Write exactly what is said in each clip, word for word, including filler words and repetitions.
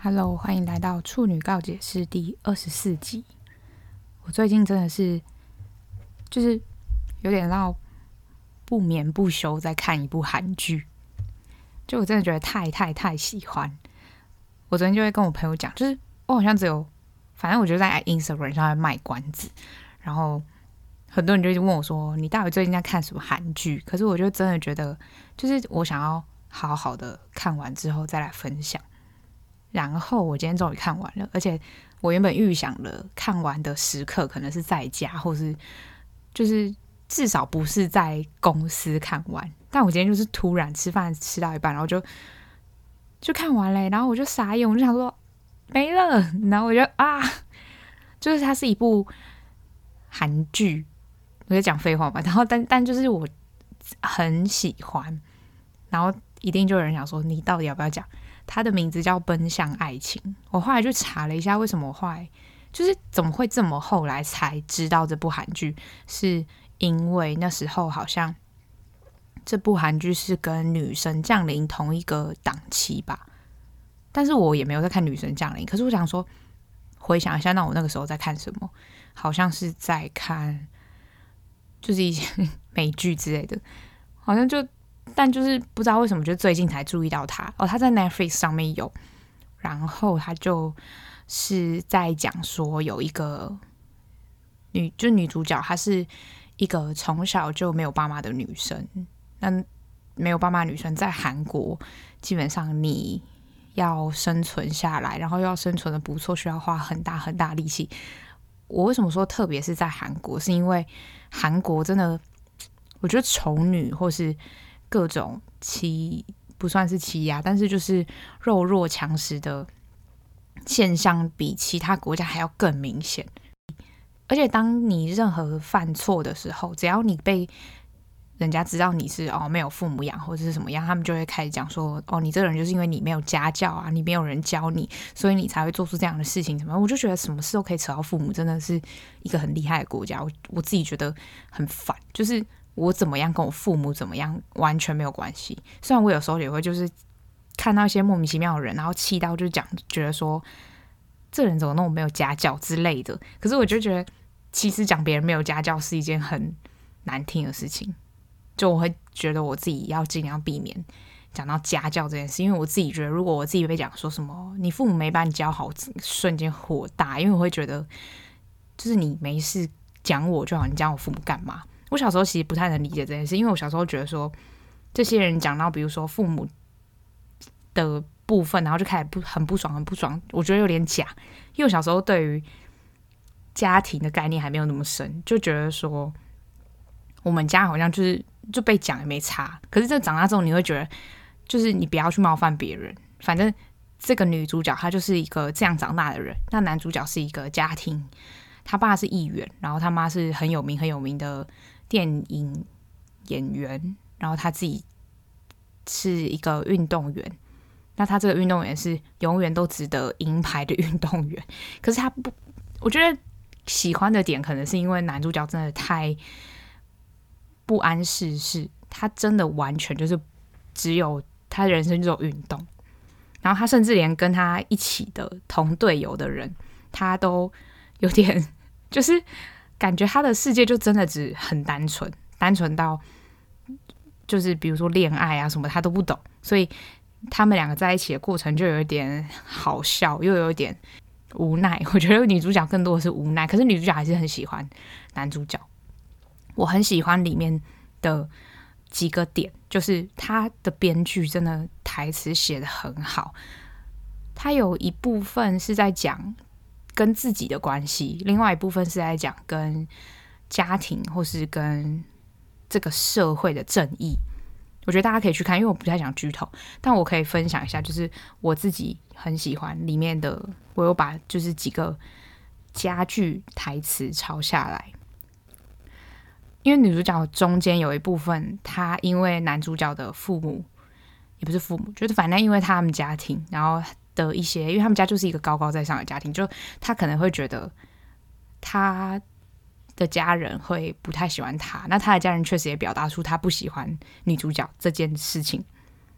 Hello，欢迎来到处女告解室第二十四集。我最近真的是就是有点到不眠不休在看一部韩剧，就我真的觉得太太太喜欢。我昨天就会跟我朋友讲，就是我好像只有，反正我就在 Instagram 上面卖关子，然后很多人就一直问我说：“你到底最近在看什么韩剧？”可是我就真的觉得，就是我想要好好的看完之后再来分享。然后我今天终于看完了，而且我原本预想了看完的时刻可能是在家，或是就是至少不是在公司看完。但我今天就是突然吃饭吃到一半，然后就就看完了，然后我就傻眼，我就想说没了，然后我就啊，就是它是一部韩剧，我在讲废话嘛，然后但但就是我很喜欢，然后一定就有人想说你到底要不要讲？它的名字叫《奔向爱情》。我后来就查了一下，为什么我后来就是怎么会这么后来才知道这部韩剧，是因为那时候好像这部韩剧是跟《女神降临》同一个档期吧。但是我也没有在看《女神降临》，可是我想说，回想一下，那我那个时候在看什么？好像是在看就是一些美剧之类的，好像就。但就是不知道为什么，就最近才注意到他哦，他在 Netflix 上面有，然后他就是在讲说有一个女，就女主角，她是一个从小就没有爸妈的女生。那没有爸妈的女生在韩国，基本上你要生存下来，然后要生存的不错，需要花很大很大力气。我为什么说特别是在韩国，是因为韩国真的，我觉得丑女或是各种欺不算是欺压，但是就是弱肉强食的现象比其他国家还要更明显。而且当你任何犯错的时候，只要你被人家知道你是哦没有父母养或者是什么样，他们就会开始讲说哦你这个人就是因为你没有家教啊，你没有人教你，所以你才会做出这样的事情什么。我就觉得什么事都可以扯到父母，真的是一个很厉害的国家。我我自己觉得很烦，就是我怎么样跟我父母怎么样完全没有关系。虽然我有时候也会就是看到一些莫名其妙的人，然后气到就讲觉得说这人怎么那么没有家教之类的，可是我就觉得其实讲别人没有家教是一件很难听的事情。就我会觉得我自己要尽量避免讲到家教这件事，因为我自己觉得如果我自己被讲说什么你父母没把你教好，瞬间火大，因为我会觉得就是你没事讲我就好，你讲我父母干嘛？我小时候其实不太能理解这件事，因为我小时候觉得说这些人讲到比如说父母的部分，然后就开始不很不爽很不爽，我觉得有点假。因为我小时候对于家庭的概念还没有那么深，就觉得说我们家好像就是就被讲也没差。可是这长大之后你会觉得就是你不要去冒犯别人，反正这个女主角她就是一个这样长大的人，那男主角是一个家庭，他爸是议员，然后他妈是很有名很有名的电影演员，然后他自己是一个运动员。那他这个运动员是永远都值得银牌的运动员，可是他不，我觉得喜欢的点可能是因为男主角真的太不谙世事，他真的完全就是只有他人生只有运动，然后他甚至连跟他一起的同队友的人，他都有点就是感觉他的世界就真的只很单纯，单纯到就是比如说恋爱啊什么他都不懂，所以他们两个在一起的过程就有一点好笑，又有一点无奈。我觉得女主角更多的是无奈，可是女主角还是很喜欢男主角。我很喜欢里面的几个点，就是他的编剧真的台词写得很好。他有一部分是在讲跟自己的关系，另外一部分是在讲跟家庭或是跟这个社会的正义。我觉得大家可以去看，因为我不太想剧透，但我可以分享一下，就是我自己很喜欢里面的，我有把就是几个家具台词抄下来。因为女主角中间有一部分，她因为男主角的父母也不是父母，就是反正因为他们家庭，然后的一些，因为他们家就是一个高高在上的家庭，就她可能会觉得她的家人会不太喜欢他，那他的家人确实也表达出他不喜欢女主角这件事情。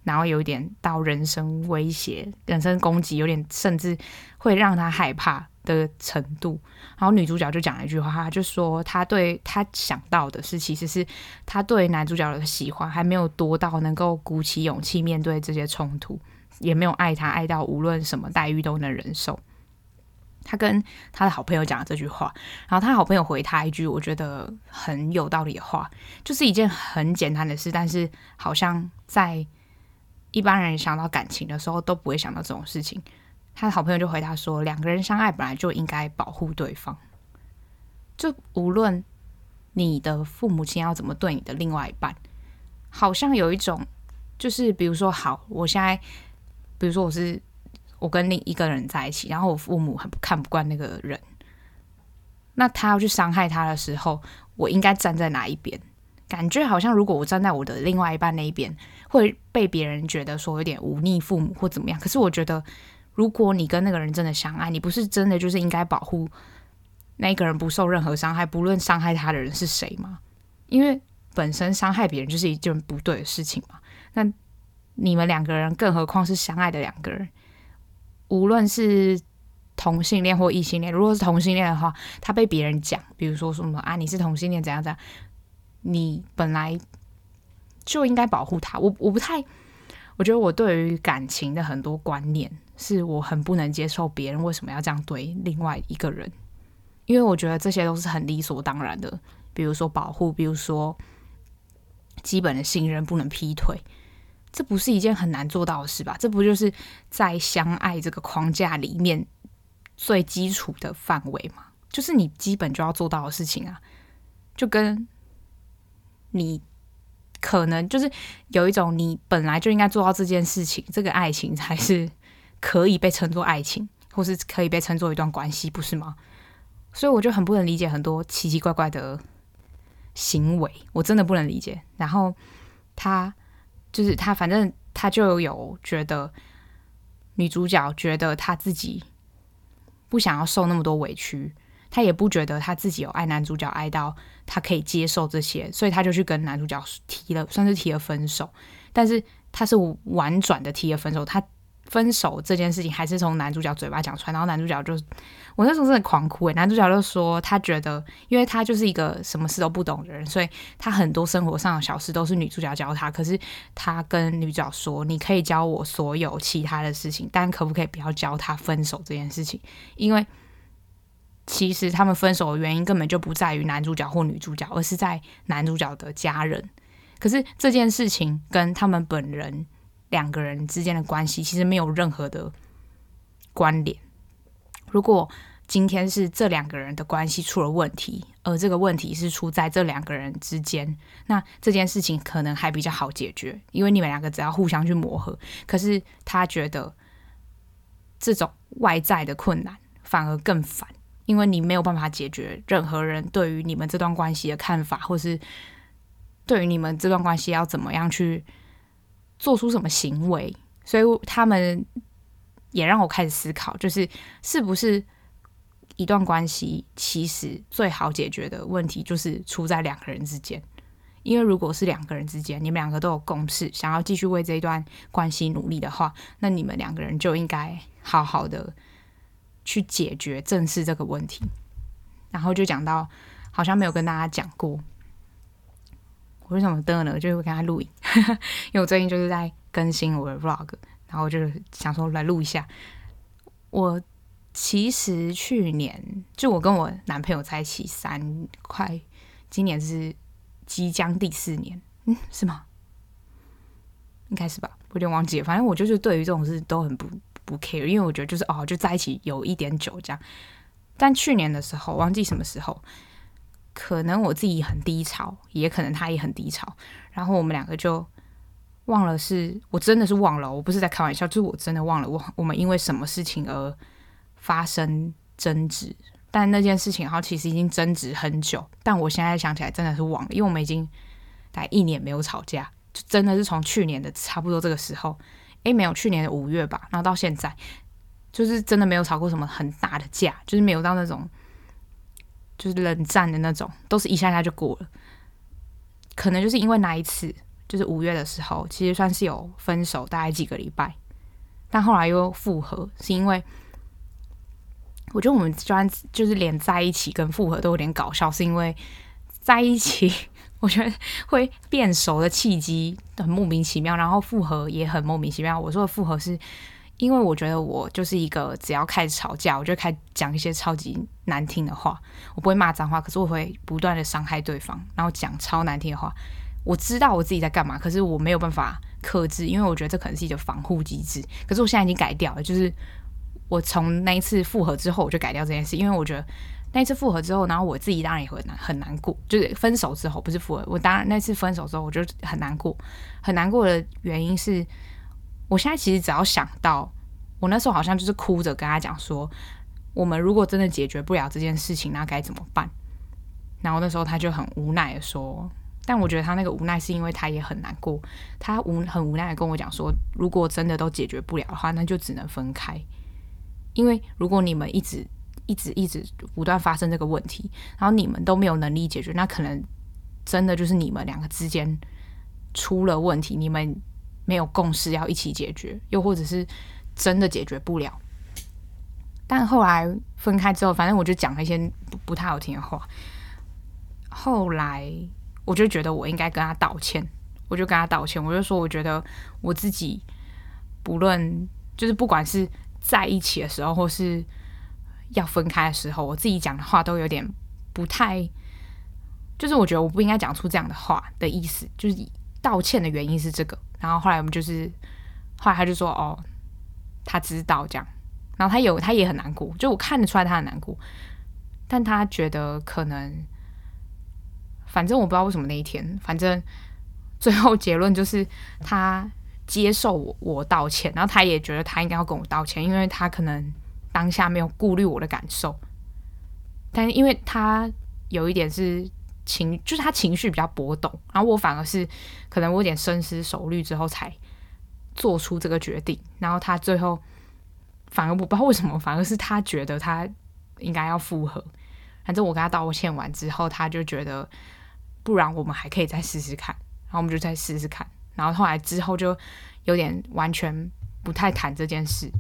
然后有点到人身威胁、人身攻击，有点甚至会让他害怕的程度。然后女主角就讲了一句话，她就说她对她想到的是，其实是她对男主角的喜欢还没有多到能够鼓起勇气面对这些冲突，也没有爱他爱到无论什么待遇都能忍受。他跟他的好朋友讲了这句话，然后他好朋友回他一句我觉得很有道理的话，就是一件很简单的事，但是好像在一般人想到感情的时候都不会想到这种事情。他的好朋友就回他说，两个人相爱本来就应该保护对方，就无论你的父母亲要怎么对你的另外一半，好像有一种就是比如说好，我现在比如说我是我跟另一个人在一起，然后我父母很看不惯那个人，那他要去伤害他的时候，我应该站在哪一边？感觉好像如果我站在我的另外一半那一边，会被别人觉得说有点忤逆父母或怎么样。可是我觉得，如果你跟那个人真的相爱，你不是真的就是应该保护那个人不受任何伤害，不论伤害他的人是谁吗？因为本身伤害别人就是一件不对的事情嘛。那你们两个人，更何况是相爱的两个人，无论是同性恋或异性恋，如果是同性恋的话，他被别人讲，比如说什么啊你是同性恋怎样怎样，你本来就应该保护他。我我不太，我觉得我对于感情的很多观念，是我很不能接受别人为什么要这样对另外一个人，因为我觉得这些都是很理所当然的，比如说保护，比如说基本的信任，不能劈腿。这不是一件很难做到的事吧？这不就是在相爱这个框架里面最基础的范围吗？就是你基本就要做到的事情啊。就跟你可能就是有一种你本来就应该做到这件事情，这个爱情才是可以被称作爱情，或是可以被称作一段关系，不是吗？所以我就很不能理解很多奇奇怪怪的行为，我真的不能理解。然后他就是他，反正他就有觉得女主角觉得他自己不想要受那么多委屈，他也不觉得他自己有爱男主角爱到他可以接受这些，所以他就去跟男主角提了，算是提了分手。但是他是婉转的提了分手，他分手这件事情还是从男主角嘴巴讲出来，然后男主角就，我那时候真的狂哭耶。男主角就说他觉得，因为他就是一个什么事都不懂的人，所以他很多生活上的小事都是女主角教他。可是他跟女主角说，你可以教我所有其他的事情，但可不可以不要教他分手这件事情？因为其实他们分手的原因根本就不在于男主角或女主角，而是在男主角的家人。可是这件事情跟他们本人两个人之间的关系其实没有任何的关联。如果今天是这两个人的关系出了问题，而这个问题是出在这两个人之间，那这件事情可能还比较好解决，因为你们两个只要互相去磨合。可是他觉得这种外在的困难反而更烦，因为你没有办法解决任何人对于你们这段关系的看法，或是对于你们这段关系要怎么样去做出什么行为。所以他们也让我开始思考，就是是不是一段关系其实最好解决的问题就是出在两个人之间。因为如果是两个人之间，你们两个都有共识，想要继续为这一段关系努力的话，那你们两个人就应该好好的去解决正视这个问题。然后就讲到好像没有跟大家讲过我为什么的呢，就是会跟他录影因为我最近就是在更新我的 vlog， 然后我就想说来录一下。我其实去年就我跟我男朋友在一起三快今年是即将第四年，嗯，是吗？应该是吧，我有点忘记了。反正我就是对于这种事都很不不 care， 因为我觉得就是哦，就在一起有一点久这样。但去年的时候，忘记什么时候，可能我自己很低潮，也可能他也很低潮，然后我们两个就忘了是，我真的是忘了，我不是在开玩笑，就是我真的忘了我我们因为什么事情而发生争执。但那件事情，然后其实已经争执很久，但我现在想起来真的是忘了，因为我们已经大概一年没有吵架，就真的是从去年的差不多这个时候，诶，没有，去年的五月吧，然后到现在，就是真的没有吵过什么很大的架，就是没有到那种就是冷战的那种，都是一下下就过了。可能就是因为那一次， 就是五月的时候，其实算是有分手大概几个礼拜，但后来又复合，是因为我觉得我们就算就是连在一起跟复合都有点搞笑，是因为在一起我觉得会变熟的契机很莫名其妙，然后复合也很莫名其妙。我说的复合是因为我觉得我就是一个只要开始吵架，我就开始讲一些超级难听的话。我不会骂脏话，可是我会不断的伤害对方，然后讲超难听的话。我知道我自己在干嘛，可是我没有办法克制，因为我觉得这可能是一个防护机制。可是我现在已经改掉了，就是我从那一次复合之后，我就改掉这件事，因为我觉得那一次复合之后，然后我自己当然也会很难很难过，就是分手之后不是复合，我当然那次分手之后我就很难过，很难过的原因是。我现在其实只要想到，我那时候好像就是哭着跟他讲说，我们如果真的解决不了这件事情，那该怎么办？然后那时候他就很无奈的说，但我觉得他那个无奈是因为他也很难过，他无很无奈的跟我讲说，如果真的都解决不了的话，那就只能分开，因为如果你们一直一直一直不断发生这个问题，然后你们都没有能力解决，那可能真的就是你们两个之间出了问题，你们没有共识要一起解决，又或者是真的解决不了。但后来分开之后，反正我就讲了一些 不, 不太好听的话。后来我就觉得我应该跟他道歉，我就跟他道歉，我就说我觉得我自己不论就是不管是在一起的时候，或是要分开的时候，我自己讲的话都有点不太，就是我觉得我不应该讲出这样的话的意思，就是道歉的原因是这个。然后后来我们就是，后来他就说哦，他知道这样，然后他有他也很难过，就我看得出来他很难过，但他觉得可能，反正我不知道为什么那一天，反正最后结论就是他接受我我道歉，然后他也觉得他应该要跟我道歉，因为他可能当下没有顾虑我的感受，但是因为他有一点是。情就是他情绪比较波动，然后我反而是可能我有点深思熟虑之后才做出这个决定，然后他最后反而我不知道为什么，反而是他觉得他应该要复合。反正我跟他道歉完之后，他就觉得不然我们还可以再试试看，然后我们就再试试看，然后后来之后就有点完全不太谈这件事。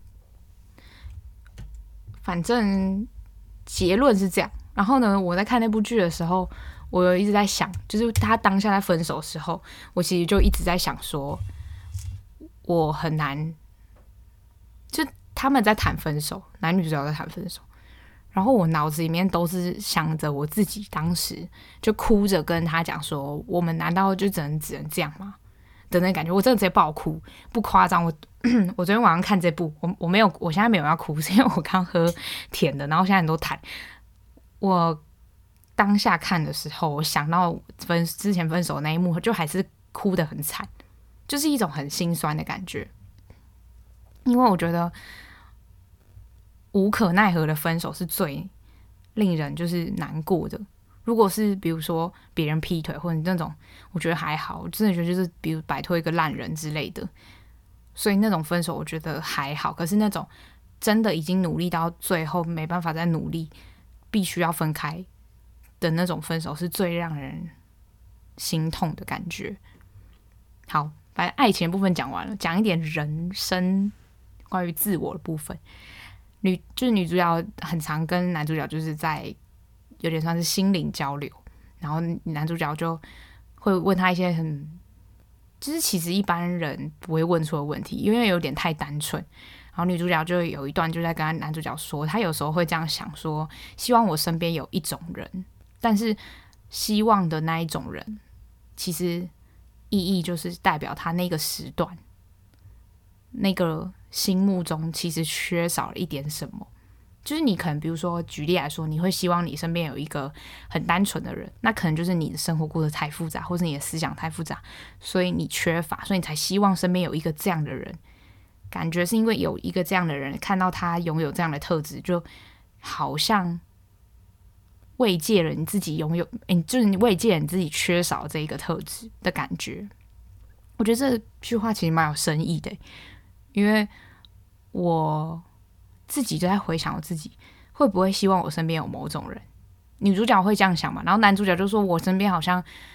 反正结论是这样。然后呢，我在看那部剧的时候，我有一直在想，就是他当下在分手的时候，我其实就一直在想说，我很难，就他们在谈分手，男女主角在谈分手，然后我脑子里面都是想着我自己当时就哭着跟他讲说，我们难道就只能只能这样吗？的那感觉，我真的直接爆哭，不夸张。我我昨天晚上看这部，我我没有，我现在没有要哭，是因为我刚喝甜的，然后现在很多痰。我当下看的时候，我想到分之前分手的那一幕，就还是哭得很惨，就是一种很心酸的感觉。因为我觉得无可奈何的分手是最令人就是难过的。如果是比如说别人劈腿或者那种，我觉得还好，我真的觉得就是比如摆脱一个烂人之类的，所以那种分手我觉得还好。可是那种真的已经努力到最后没办法再努力，必须要分开的那种分手是最让人心痛的感觉。好，反正爱情的部分讲完了，讲一点人生关于自我的部分。女就是女主角很常跟男主角就是在有点算是心灵交流，然后男主角就会问他一些很就是其实一般人不会问出的问题，因为有点太单纯。然后女主角就有一段就在跟男主角说，她有时候会这样想说，希望我身边有一种人，但是希望的那一种人其实意义就是代表他那个时段那个心目中其实缺少了一点什么。就是你可能比如说举例来说，你会希望你身边有一个很单纯的人，那可能就是你的生活过得太复杂，或是你的思想太复杂，所以你缺乏，所以你才希望身边有一个这样的人。感觉是因为有一个这样的人，看到他拥有这样的特质，就好像慰藉了你自己拥有，欸、就是你慰藉了你自己缺少这一个特质的感觉。我觉得这句话其实蛮有深意的，因为我自己就在回想我自己会不会希望我身边有某种人。女主角会这样想嘛，然后男主角就说我身边好像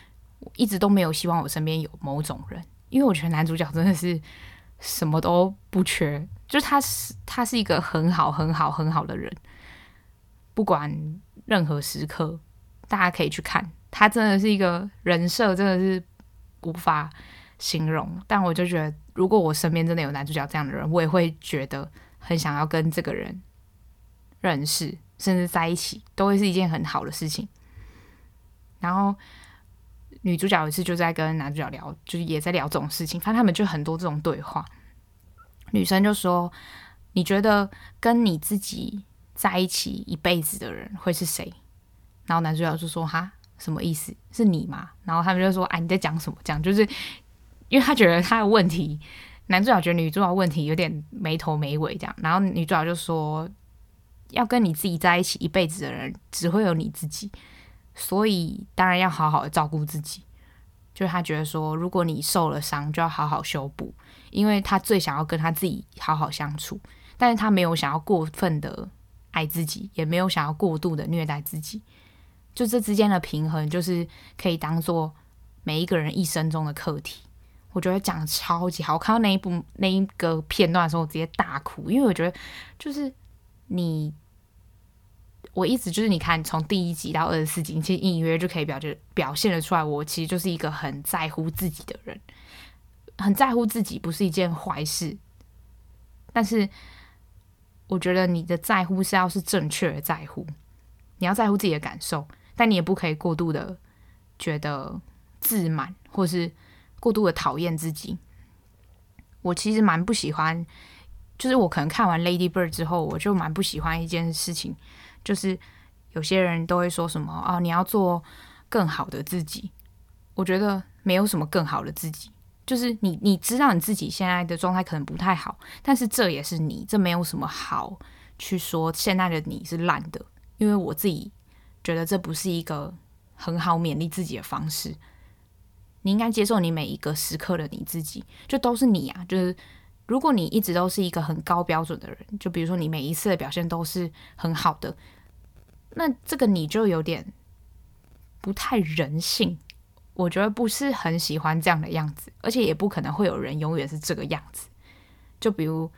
我一直都没有希望我身边有某种人，因为我觉得男主角真的是什么都不缺，就是他是他是一个很好很好很好的人，不管任何时刻，大家可以去看，他真的是一个人设，真的是无法形容。但我就觉得，如果我身边真的有男主角这样的人，我也会觉得很想要跟这个人认识，甚至在一起，都会是一件很好的事情。然后女主角有一次就在跟男主角聊，就是也在聊这种事情，反正他们就很多这种对话。女生就说：“你觉得跟你自己在一起一辈子的人会是谁？”然后男主角就说：“哈，什么意思？是你吗？”然后他们就说：“哎，你在讲什么？”这样就是因为他觉得他的问题，男主角觉得女主角的问题有点没头没尾这样。然后女主角就说：“要跟你自己在一起一辈子的人，只会有你自己。”所以当然要好好的照顾自己，就是他觉得说，如果你受了伤，就要好好修补，因为他最想要跟他自己好好相处，但是他没有想要过分的爱自己，也没有想要过度的虐待自己，就这之间的平衡，就是可以当做每一个人一生中的课题。我觉得讲得超级好，我看到那一部那一个片段的时候，我直接大哭，因为我觉得就是你。我一直就是你看，从第一集到二十四集，其实隐隐约约就可以表表现得出来，我其实就是一个很在乎自己的人，很在乎自己不是一件坏事，但是我觉得你的在乎是要是正确的在乎，你要在乎自己的感受，但你也不可以过度的觉得自满，或是过度的讨厌自己。我其实蛮不喜欢，就是我可能看完 Lady Bird 之后，我就蛮不喜欢一件事情。就是有些人都会说什么哦，你要做更好的自己。我觉得没有什么更好的自己，就是你你知道你自己现在的状态可能不太好，但是这也是你，这没有什么好去说现在的你是烂的，因为我自己觉得这不是一个很好勉励自己的方式。你应该接受你每一个时刻的你自己，就都是你啊。就是如果你一直都是一个很高标准的人，就比如说你每一次的表现都是很好的，那这个你就有点不太人性，我觉得不是很喜欢这样的样子，而且也不可能会有人永远是这个样子。就比如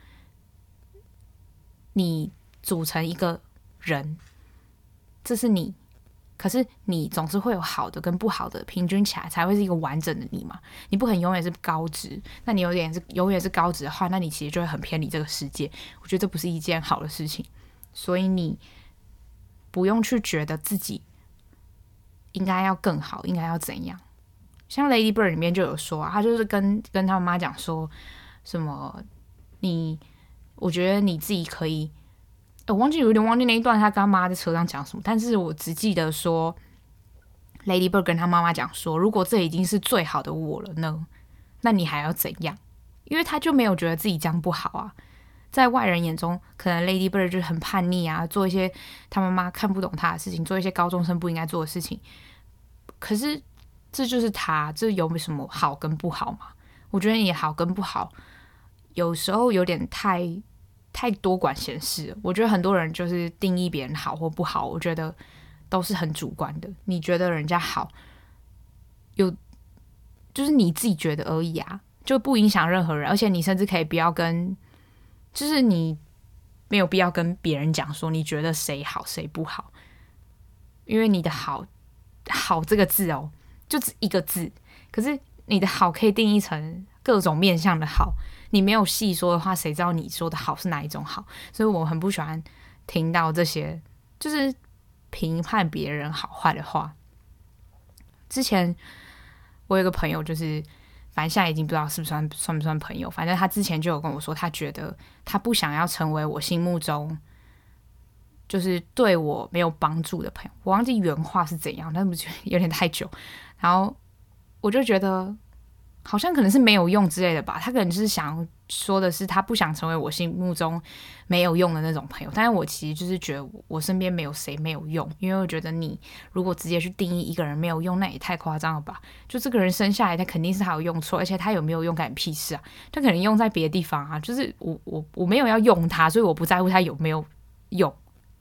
你组成一个人，这是你，可是你总是会有好的跟不好的，平均起来才会是一个完整的你嘛。你不可能永远是高值，那你有点是永远是高值的话，那你其实就会很偏离这个世界。我觉得这不是一件好的事情，所以你不用去觉得自己应该要更好，应该要怎样。像 Lady Bird 里面就有说啊，他就是跟跟他妈讲说什么，你我觉得你自己可以。我忘记有点忘记那一段他跟他妈在车上讲什么，但是我只记得说 Lady Bird 跟他妈妈讲说，如果这已经是最好的我了呢，那你还要怎样？因为他就没有觉得自己这样不好啊。在外人眼中，可能 Lady Bird 就很叛逆啊，做一些他妈妈看不懂他的事情，做一些高中生不应该做的事情。可是这就是他，这有什么好跟不好嘛？我觉得你好跟不好，有时候有点太太多管闲事了。我觉得很多人就是定义别人好或不好，我觉得都是很主观的。你觉得人家好，有就是你自己觉得而已啊，就不影响任何人。而且你甚至可以不要跟，就是你没有必要跟别人讲说你觉得谁好谁不好，因为你的好好这个字哦，就只一个字，可是你的好可以定义成各种面向的好。你没有细说的话，谁知道你说的好是哪一种好？所以我很不喜欢听到这些就是评判别人好坏的话。之前我有个朋友，就是反正现在已经不知道是不是算算不算朋友，反正他之前就有跟我说，他觉得他不想要成为我心目中就是对我没有帮助的朋友。我忘记原话是怎样，但是有点太久。然后我就觉得好像可能是没有用之类的吧，他可能就是想说的是他不想成为我心目中没有用的那种朋友。但是我其实就是觉得我身边没有谁没有用，因为我觉得你如果直接去定义一个人没有用，那也太夸张了吧。就这个人生下来他肯定是他有用处，而且他有没有用干你屁事啊，他可能用在别的地方啊。就是我我我没有要用他，所以我不在乎他有没有用，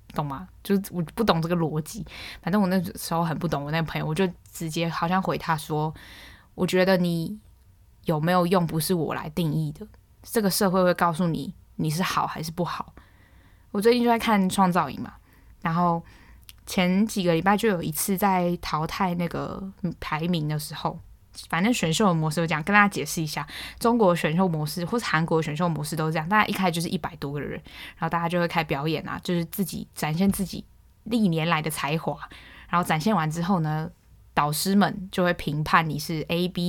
懂吗？就是我不懂这个逻辑。反正我那时候很不懂我那个朋友，我就直接好像回他说，我觉得你有没有用不是我来定义的，这个社会会告诉你你是好还是不好。我最近就在看创造营嘛，然后前几个礼拜就有一次在淘汰那个排名的时候，反正选秀的模式就这样，跟大家解释一下，中国选秀模式或是韩国的选秀模式都是这样，大家一开始就是一百多个人，然后大家就会开表演啊，就是自己展现自己历年来的才华，然后展现完之后呢，导师们就会评判你是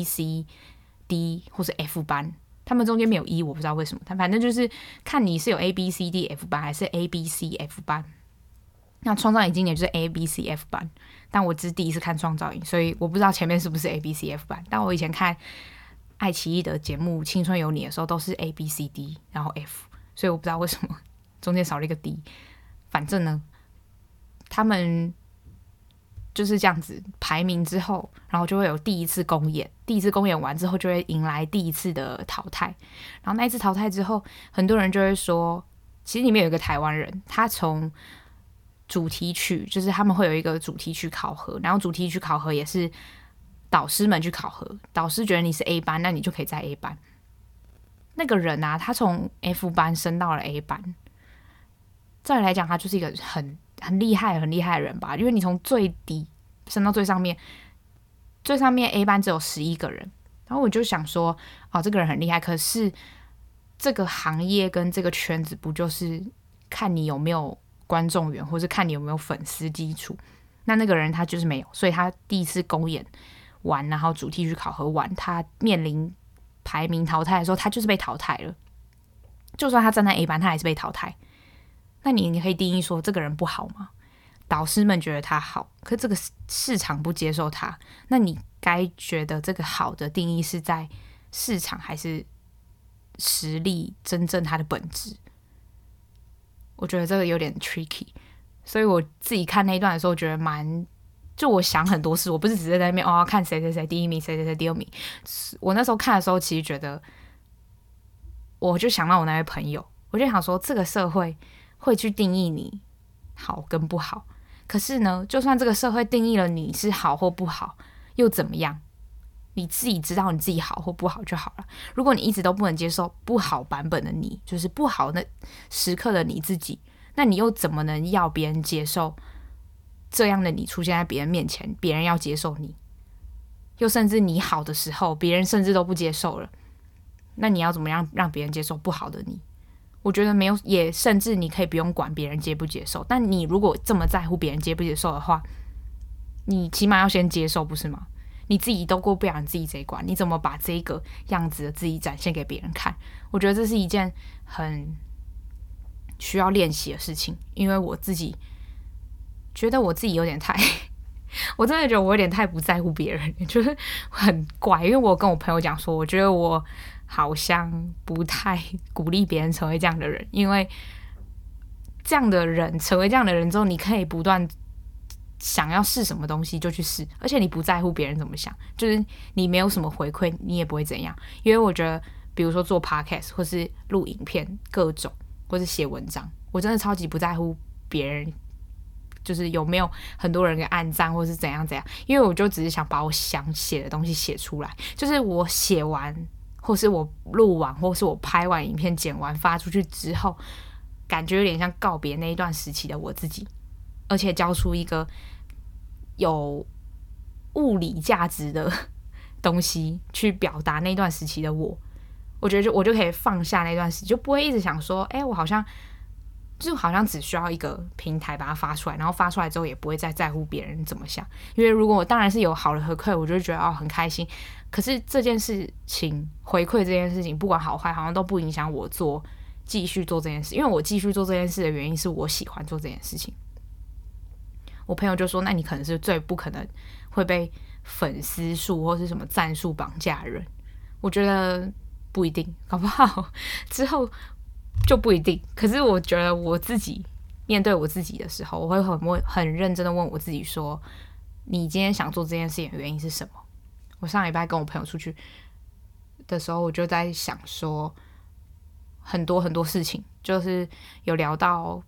A、B、C、D 或是 F 班。他们中间没有 E， 我不知道为什么，但反正就是看你是有 A B C D F 班还是 A B C F 班。那创造营今年就是 A B C F 班，但我只是第一次看创造营，所以我不知道前面是不是 A B C F 班。但我以前看爱奇艺的节目《青春有你》的时候都是 A B C D 然后 F， 所以我不知道为什么中间少了一个 D。反正呢，他们就是这样子排名之后，然后就会有第一次公演，第一次公演完之后就会迎来第一次的淘汰，然后那一次淘汰之后，很多人就会说，其实里面有一个台湾人，他从主题曲，就是他们会有一个主题曲考核，然后主题曲考核也是导师们去考核，导师觉得你是 A 班，那你就可以在 A 班。那个人啊，他从 F 班升到了 A 班，再来讲，他就是一个很很厉害、很厉害的人吧？因为你从最低升到最上面，最上面 A 班只有十一个人，然后我就想说，哦，这个人很厉害，可是这个行业跟这个圈子不就是看你有没有观众缘，或是看你有没有粉丝基础？那那个人他就是没有，所以他第一次公演完，然后主题曲考核完，他面临排名淘汰的时候，他就是被淘汰了。就算他站在 A 班，他还是被淘汰。那你你可以定义说这个人不好吗？导师们觉得他好，可这个市场不接受他，那你该觉得这个好的定义是在市场还是实力真正它的本质？我觉得这个有点 tricky， 所以我自己看那一段的时候觉得蛮，就我想很多事，我不是只是在那边哦看谁谁谁第一名，谁谁谁第二名。我那时候看的时候，其实觉得，我就想到我那位朋友，我就想说，这个社会会去定义你好跟不好，可是呢，就算这个社会定义了你是好或不好，又怎么样？你自己知道你自己好或不好就好了。如果你一直都不能接受不好版本的你，就是不好的时刻的你自己，那你又怎么能要别人接受这样的你出现在别人面前，别人要接受你？又甚至你好的时候，别人甚至都不接受了，那你要怎么样让别人接受不好的你？我觉得没有，也甚至你可以不用管别人接不接受，但你如果这么在乎别人接不接受的话，你起码要先接受，不是吗？你自己都过不了你自己这一关，你怎么把这个样子的自己展现给别人看？我觉得这是一件很需要练习的事情，因为我自己觉得我自己有点太我真的觉得我有点太不在乎别人，就是很怪。因为我跟我朋友讲说，我觉得我好像不太鼓励别人成为这样的人，因为这样的人成为这样的人之后，你可以不断想要试什么东西就去试，而且你不在乎别人怎么想，就是你没有什么回馈，你也不会怎样。因为我觉得，比如说做 podcast 或是录影片，各种或是写文章，我真的超级不在乎别人。就是有没有很多人给按赞，或是怎样怎样，因为我就只是想把我想写的东西写出来。就是我写完，或是我录完，或是我拍完影片剪完发出去之后，感觉有点像告别那一段时期的我自己，而且交出一个有物理价值的东西去表达那段时期的我。我觉得就我就可以放下那段时期，就不会一直想说，哎、欸，我好像。就好像只需要一个平台把它发出来，然后发出来之后也不会再在乎别人怎么想。因为如果我当然是有好的回馈，我就觉得哦很开心。可是这件事情回馈这件事情，不管好坏，好像都不影响我做继续做这件事。因为我继续做这件事的原因是我喜欢做这件事情。我朋友就说：“那你可能是最不可能会被粉丝数或是什么赞数绑架的人。”我觉得不一定，搞不好之后。就不一定，可是我觉得我自己面对我自己的时候，我会很很认真的问我自己说：你今天想做这件事情的原因是什么？我上礼拜跟我朋友出去的时候，我就在想说很多很多事情，就是有聊到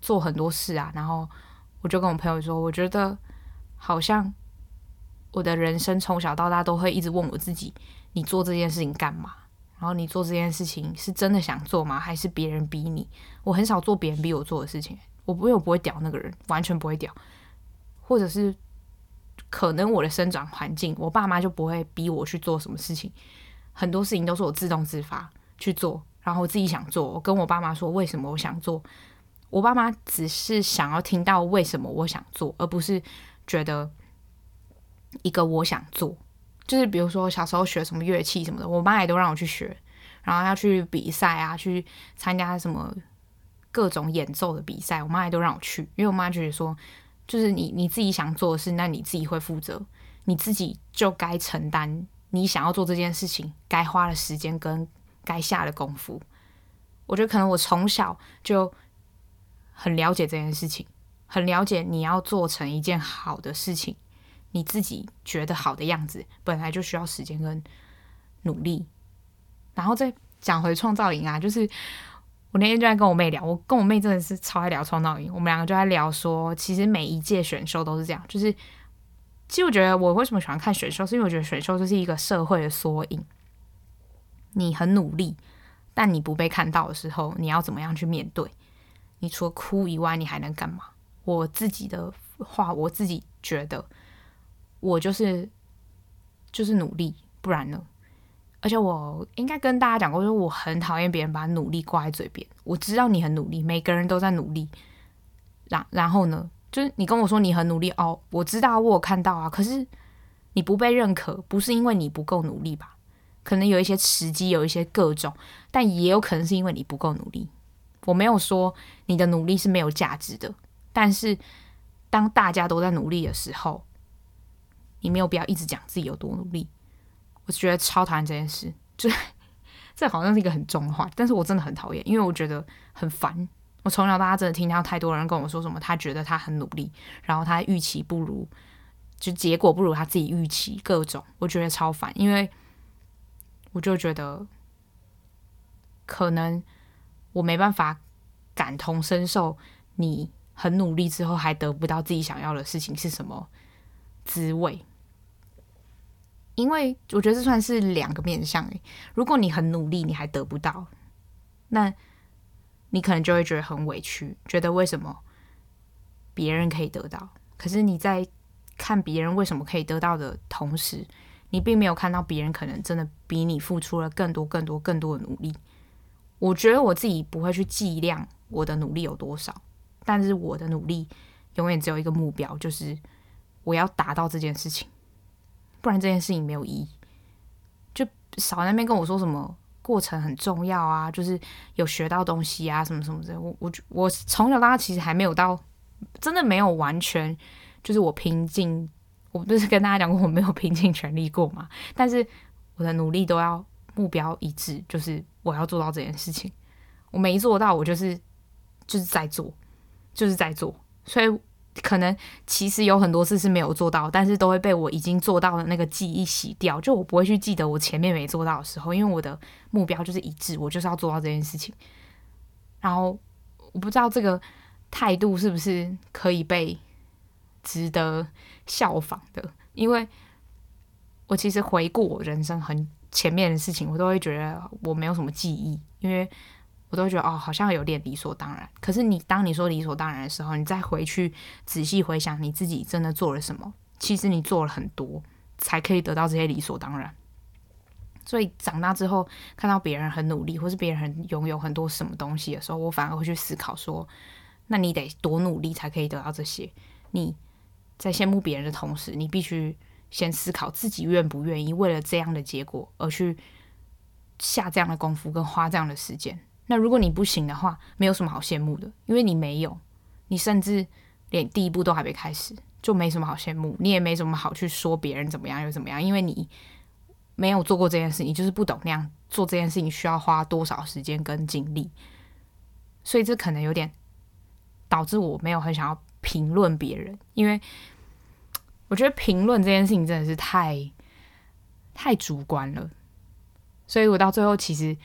做很多事啊，然后我就跟我朋友说，我觉得好像我的人生从小到大都会一直问我自己，你做这件事情干嘛？然后你做这件事情是真的想做吗？还是别人逼你？我很少做别人逼我做的事情，我不会，我不会屌那个人，完全不会屌。或者是可能我的生长环境，我爸妈就不会逼我去做什么事情，很多事情都是我自动自发去做，然后我自己想做。我跟我爸妈说为什么我想做，我爸妈只是想要听到为什么我想做，而不是觉得一个我想做。就是比如说小时候学什么乐器什么的，我妈也都让我去学，然后要去比赛啊，去参加什么各种演奏的比赛，我妈也都让我去，因为我妈觉得说，就是你你自己想做的事，那你自己会负责，你自己就该承担你想要做这件事情该花的时间跟该下的功夫。我觉得可能我从小就很了解这件事情，很了解你要做成一件好的事情，你自己觉得好的样子本来就需要时间跟努力。然后再讲回创造营啊，就是我那天就在跟我妹聊，我跟我妹真的是超爱聊创造营，我们两个就在聊说，其实每一届选秀都是这样，就是其实我觉得我为什么喜欢看选秀，是因为我觉得选秀就是一个社会的缩影。你很努力，但你不被看到的时候，你要怎么样去面对？你除了哭以外，你还能干嘛？我自己的话，我自己觉得，我就是就是努力，不然呢？而且我应该跟大家讲过，就是我很讨厌别人把努力挂在嘴边。我知道你很努力，每个人都在努力，然然后呢，就是你跟我说你很努力哦，我知道，我有看到啊。可是你不被认可，不是因为你不够努力吧？可能有一些时机，有一些各种，但也有可能是因为你不够努力。我没有说你的努力是没有价值的，但是当大家都在努力的时候，你没有必要一直讲自己有多努力。我觉得超讨厌这件事，就这好像是一个很重的话，但是我真的很讨厌，因为我觉得很烦。我从小到大真的听到太多人跟我说什么，他觉得他很努力，然后他预期不如，就结果不如他自己预期，各种，我觉得超烦，因为我就觉得可能我没办法感同身受，你很努力之后还得不到自己想要的事情是什么滋味。因为我觉得这算是两个面向诶。如果你很努力，你还得不到，那你可能就会觉得很委屈，觉得为什么别人可以得到，可是你在看别人为什么可以得到的同时，你并没有看到别人可能真的比你付出了更多、更多、更多的努力。我觉得我自己不会去计量我的努力有多少，但是我的努力永远只有一个目标，就是我要达到这件事情。不然这件事情没有意义，就少在那边跟我说什么过程很重要啊，就是有学到东西啊，什么什么的。我我我从小到大其实还没有到，真的没有完全，就是我拼尽，我不是跟大家讲过我没有拼尽全力过嘛，但是我的努力都要目标一致，就是我要做到这件事情。我没做到，我就是就是在做，就是在做，所以。可能其实有很多次是没有做到，但是都会被我已经做到的那个记忆洗掉，就我不会去记得我前面没做到的时候，因为我的目标就是一致，我就是要做到这件事情。然后我不知道这个态度是不是可以被值得效仿的，因为我其实回顾我人生很前面的事情，我都会觉得我没有什么记忆，因为我都会觉得哦，好像有点理所当然。可是你当你说理所当然的时候，你再回去仔细回想你自己真的做了什么，其实你做了很多，才可以得到这些理所当然。所以长大之后，看到别人很努力，或是别人很拥有很多什么东西的时候，我反而会去思考说，那你得多努力才可以得到这些？你在羡慕别人的同时，你必须先思考自己愿不愿意为了这样的结果而去下这样的功夫跟花这样的时间。那如果你不行的话，没有什么好羡慕的，因为你没有，你甚至连第一步都还没开始，就没什么好羡慕，你也没什么好去说别人怎么样又怎么样，因为你没有做过这件事，你就是不懂那样做这件事情需要花多少时间跟精力，所以这可能有点导致我没有很想要评论别人，因为我觉得评论这件事情真的是太太主观了，所以我到最后其实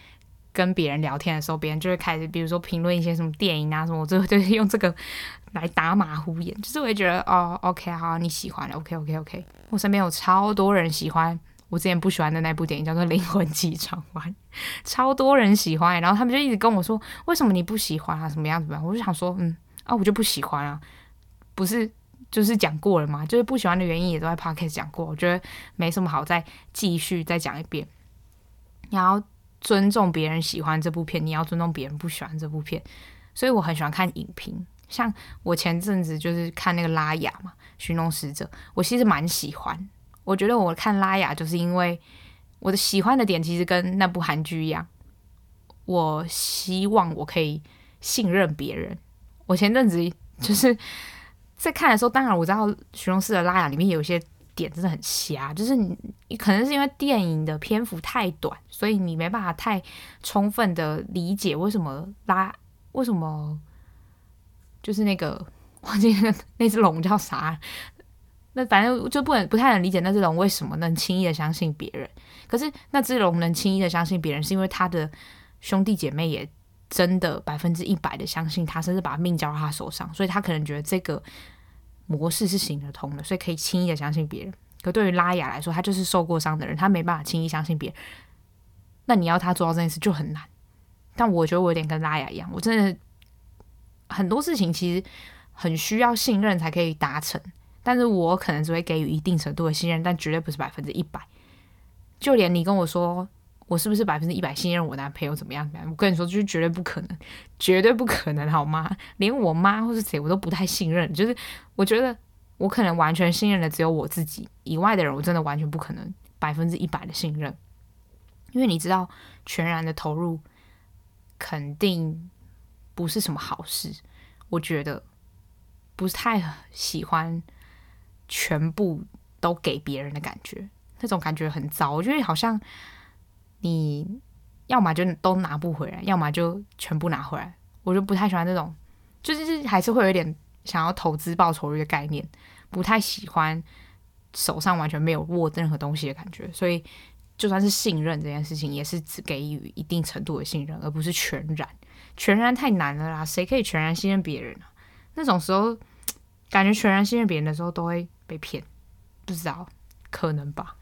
跟别人聊天的时候，别人就会开始，比如说评论一些什么电影啊什么，我就就是用这个来打马虎眼，就是我会觉得哦 ，OK， 好，你喜欢了 ，OK OK OK。我身边有超多人喜欢我之前不喜欢的那部电影，叫做《灵魂急转弯》，超多人喜欢，然后他们就一直跟我说，为什么你不喜欢啊？什么样子？我就想说，嗯，啊，我就不喜欢啊，不是就是讲过了吗？就是不喜欢的原因也都在 podcast 讲过，我觉得没什么好再继续再讲一遍。你要尊重别人喜欢这部片，你要尊重别人不喜欢这部片，所以我很喜欢看影评。像我前阵子就是看那个拉雅嘛，《寻龙使者》，我其实蛮喜欢。我觉得我看拉雅就是因为我的喜欢的点其实跟那部韩剧一样，我希望我可以信任别人。我前阵子就是在看的时候，当然我知道《寻龙使者》拉雅里面有一些点真的很瞎，就是你可能是因为电影的篇幅太短，所以你没办法太充分的理解为什么拉为什么就是那个忘记那那只龙叫啥，那反正就不能不太能理解那只龙为什么能轻易的相信别人。可是那只龙能轻易的相信别人，是因为他的兄弟姐妹也真的百分之一百的相信他，甚至把命交到他手上，所以他可能觉得这个模式是行得通的，所以可以轻易的相信别人。可对于拉雅来说，他就是受过伤的人，他没办法轻易相信别人。那你要他做到这件事就很难。但我觉得我有点跟拉雅一样，我真的很多事情其实很需要信任才可以达成，但是我可能只会给予一定程度的信任，但绝对不是百分之一百。就连你跟我说我是不是百分之一百信任我男朋友怎么样怎么样，我跟你说就是绝对不可能，绝对不可能，好吗？连我妈或是谁我都不太信任，就是我觉得我可能完全信任的只有我自己，以外的人我真的完全不可能百分之一百的信任，因为你知道全然的投入肯定不是什么好事。我觉得不是太喜欢全部都给别人的感觉，那种感觉很糟。我觉得好像你要么就都拿不回来，要么就全部拿回来。我就不太喜欢这种，就是还是会有一点想要投资报酬率的概念，不太喜欢手上完全没有握任何东西的感觉。所以就算是信任这件事情，也是只给予一定程度的信任，而不是全然。全然太难了啦，谁可以全然信任别人啊？那种时候感觉全然信任别人的时候都会被骗，不知道，可能吧。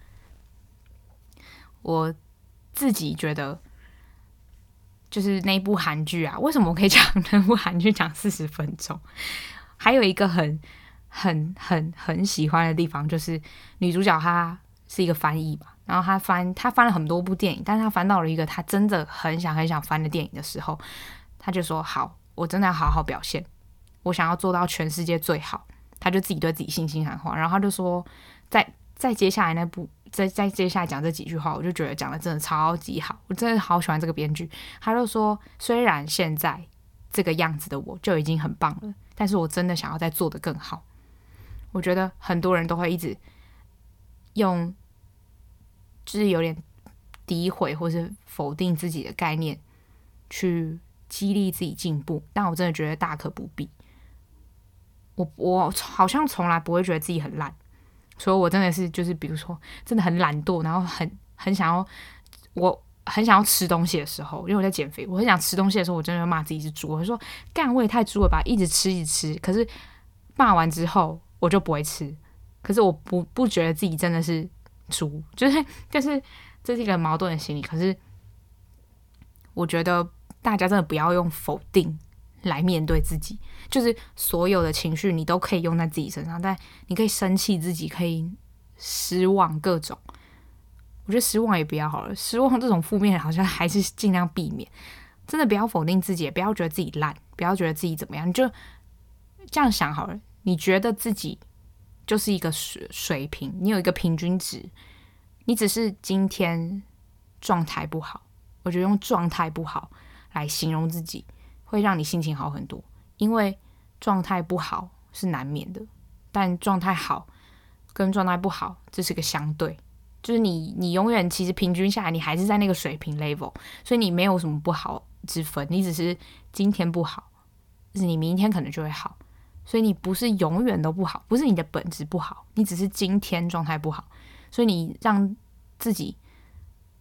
我自己觉得就是那部韩剧啊，为什么我可以讲那部韩剧讲四十分钟？还有一个很很很很喜欢的地方，就是女主角她是一个翻译吧，然后她翻她翻了很多部电影，但是她翻到了一个她真的很想很想翻的电影的时候，她就说：“好，我真的要好好表现，我想要做到全世界最好。”她就自己对自己信心喊话，然后她就说：“在在接下来那部。”在在接下来讲这几句话，我就觉得讲的真的超级好，我真的好喜欢这个编剧。他就说，虽然现在这个样子的我就已经很棒了，但是我真的想要再做得更好。我觉得很多人都会一直用就是有点诋毁或是否定自己的概念去激励自己进步，但我真的觉得大可不必。我我好像从来不会觉得自己很烂。所以我真的是就是比如说真的很懒惰，然后很很想要我很想要吃东西的时候，因为我在减肥，我很想吃东西的时候，我真的会骂自己是猪，我就说干我也太猪了吧，一直吃一直吃。可是骂完之后我就不会吃，可是我不不觉得自己真的是猪，就是就是这是一个矛盾的心理。可是我觉得大家真的不要用否定来面对自己，就是所有的情绪你都可以用在自己身上，但你可以生气自己，可以失望各种，我觉得失望也不要好了，失望这种负面好像还是尽量避免。真的不要否定自己，也不要觉得自己烂，不要觉得自己怎么样，你就这样想好了，你觉得自己就是一个水水平，你有一个平均值，你只是今天状态不好，我觉得用状态不好来形容自己会让你心情好很多，因为状态不好是难免的，但状态好跟状态不好这是个相对，就是你你永远其实平均下来你还是在那个水平 level， 所以你没有什么不好之分，你只是今天不好，就是你明天可能就会好，所以你不是永远都不好，不是你的本质不好，你只是今天状态不好，所以你让自己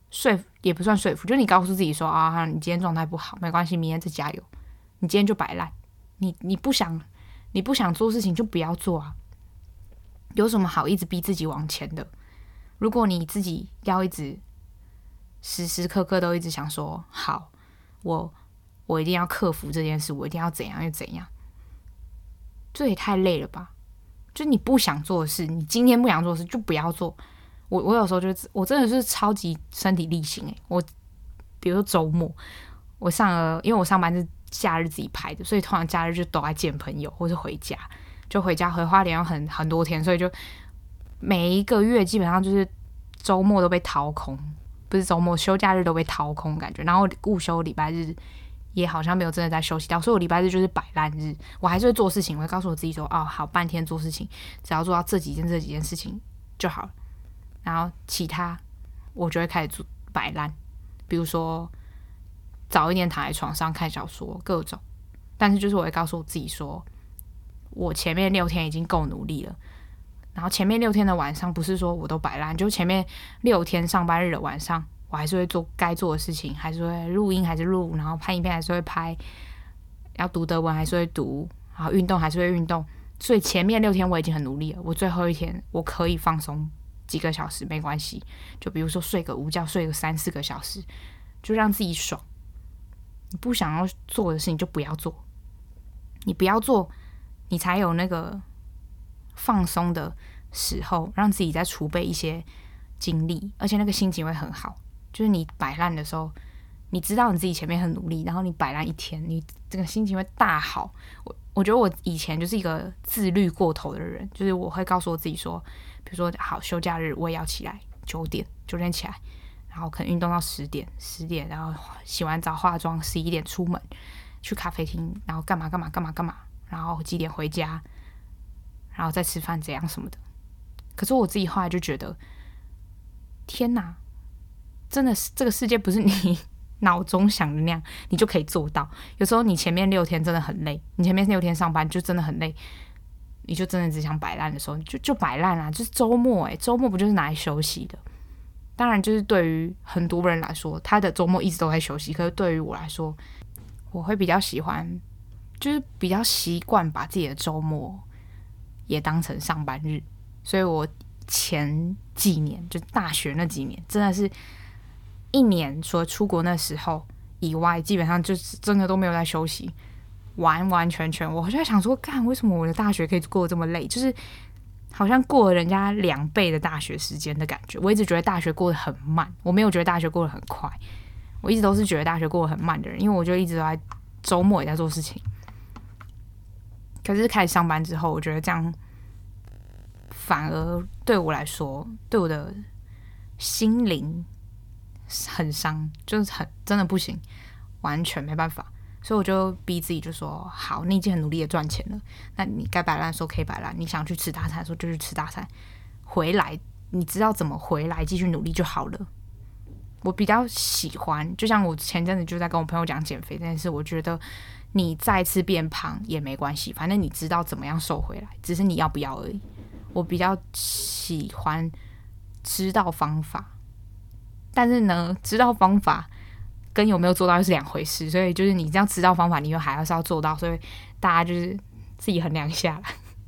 说服，也不算说服，就是你告诉自己说啊，你今天状态不好，没关系，明天再加油。你今天就摆烂，你你不想你不想做事情就不要做啊，有什么好一直逼自己往前的？如果你自己要一直时时刻刻都一直想说好，我我一定要克服这件事，我一定要怎样又怎样，这也太累了吧？就你不想做的事，你今天不想做的事就不要做。我我有时候就我真的是超级身体力行诶、欸。我比如说周末，我上了，因为我上班是假日自己排的，所以通常假日就都在见朋友或是回家，就回家回花莲要很很多天，所以就每一个月基本上就是周末都被掏空，不是周末休假日都被掏空感觉，然后午休礼拜日也好像没有真的在休息到，所以我礼拜日就是摆烂日，我还是会做事情，我会告诉我自己说哦好，半天做事情，只要做到这几件这几件事情就好了。然后其他我就会开始做摆烂，比如说早一点躺在床上看小说，各种。但是就是我会告诉我自己说，我前面六天已经够努力了。然后前面六天的晚上不是说我都摆烂，就前面六天上班日的晚上，我还是会做该做的事情，还是会录音还是录，然后拍影片还是会拍，要读德文还是会读，然后运动还是会运动。所以前面六天我已经很努力了，我最后一天我可以放松几个小时没关系，就比如说睡个午觉，睡个三四个小时，就让自己爽。你不想要做的事情就不要做，你不要做，你才有那个放松的时候，让自己再储备一些精力，而且那个心情会很好。就是你摆烂的时候，你知道你自己前面很努力，然后你摆烂一天，你这个心情会大好。我我觉得我以前就是一个自律过头的人，就是我会告诉我自己说，比如说好休假日我也要起来九点九点起来，然后可能运动到十点十点，然后洗完澡化妆，十一点出门去咖啡厅，然后干嘛干嘛干嘛干嘛，然后几点回家，然后再吃饭怎样什么的。可是我自己后来就觉得，天哪，真的是这个世界不是你脑中想的那样，你就可以做到。有时候你前面六天真的很累，你前面六天上班就真的很累，你就真的只想摆烂的时候，就就摆烂啦。就是周末哎、欸，周末不就是拿来休息的？当然，就是对于很多人来说，他的周末一直都在休息。可是对于我来说，我会比较喜欢，就是比较习惯把自己的周末也当成上班日。所以我前几年，就大学那几年，真的是一年除了出国那时候以外，基本上就是真的都没有在休息，完完全全。我就在想说，干为什么我的大学可以过得这么累？就是好像过了人家两倍的大学时间的感觉。我一直觉得大学过得很慢，我没有觉得大学过得很快，我一直都是觉得大学过得很慢的人，因为我就一直都在周末也在做事情。可是开始上班之后，我觉得这样反而对我来说，对我的心灵很伤，就是很真的不行，完全没办法。所以我就逼自己就说，好，你已经很努力的赚钱了，那你该摆烂的时候可以摆烂，你想去吃大餐的时候就去吃大餐，回来你知道怎么回来继续努力就好了。我比较喜欢，就像我前阵子就在跟我朋友讲减肥这件事，我觉得你再次变胖也没关系，反正你知道怎么样瘦回来，只是你要不要而已。我比较喜欢知道方法，但是呢，知道方法跟有没有做到又是两回事，所以就是你这样知道方法，你又还要是要做到，所以大家就是自己衡量一下。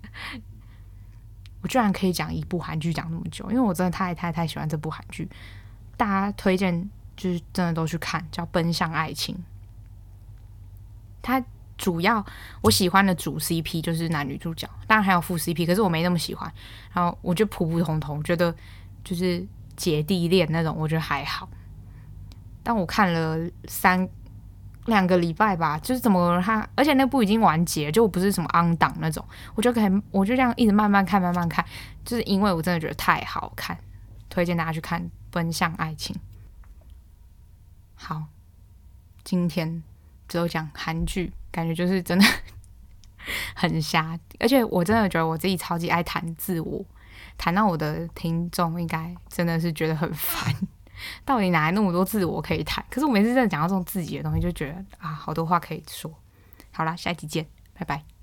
我居然可以讲一部韩剧讲那么久，因为我真的太太太喜欢这部韩剧，大家推荐就是真的都去看，叫《奔向爱情》。它主要我喜欢的主 C P 就是男女主角，当然还有副 C P， 可是我没那么喜欢。然后我就普普通通，觉得就是姐弟恋那种，我觉得还好。但我看了三两个礼拜吧，就是怎么他，而且那部已经完结，就不是什么 on 档那种，我就可以，我就这样一直慢慢看，慢慢看，就是因为我真的觉得太好看，推荐大家去看《奔向爱情》。好，今天只有讲韩剧，感觉就是真的很瞎，而且我真的觉得我自己超级爱谈自我，谈到我的听众应该真的是觉得很烦。到底哪来那么多自我可以谈？可是我每次真的讲到这种自己的东西，就觉得啊，好多话可以说。好啦，下一集见，拜拜。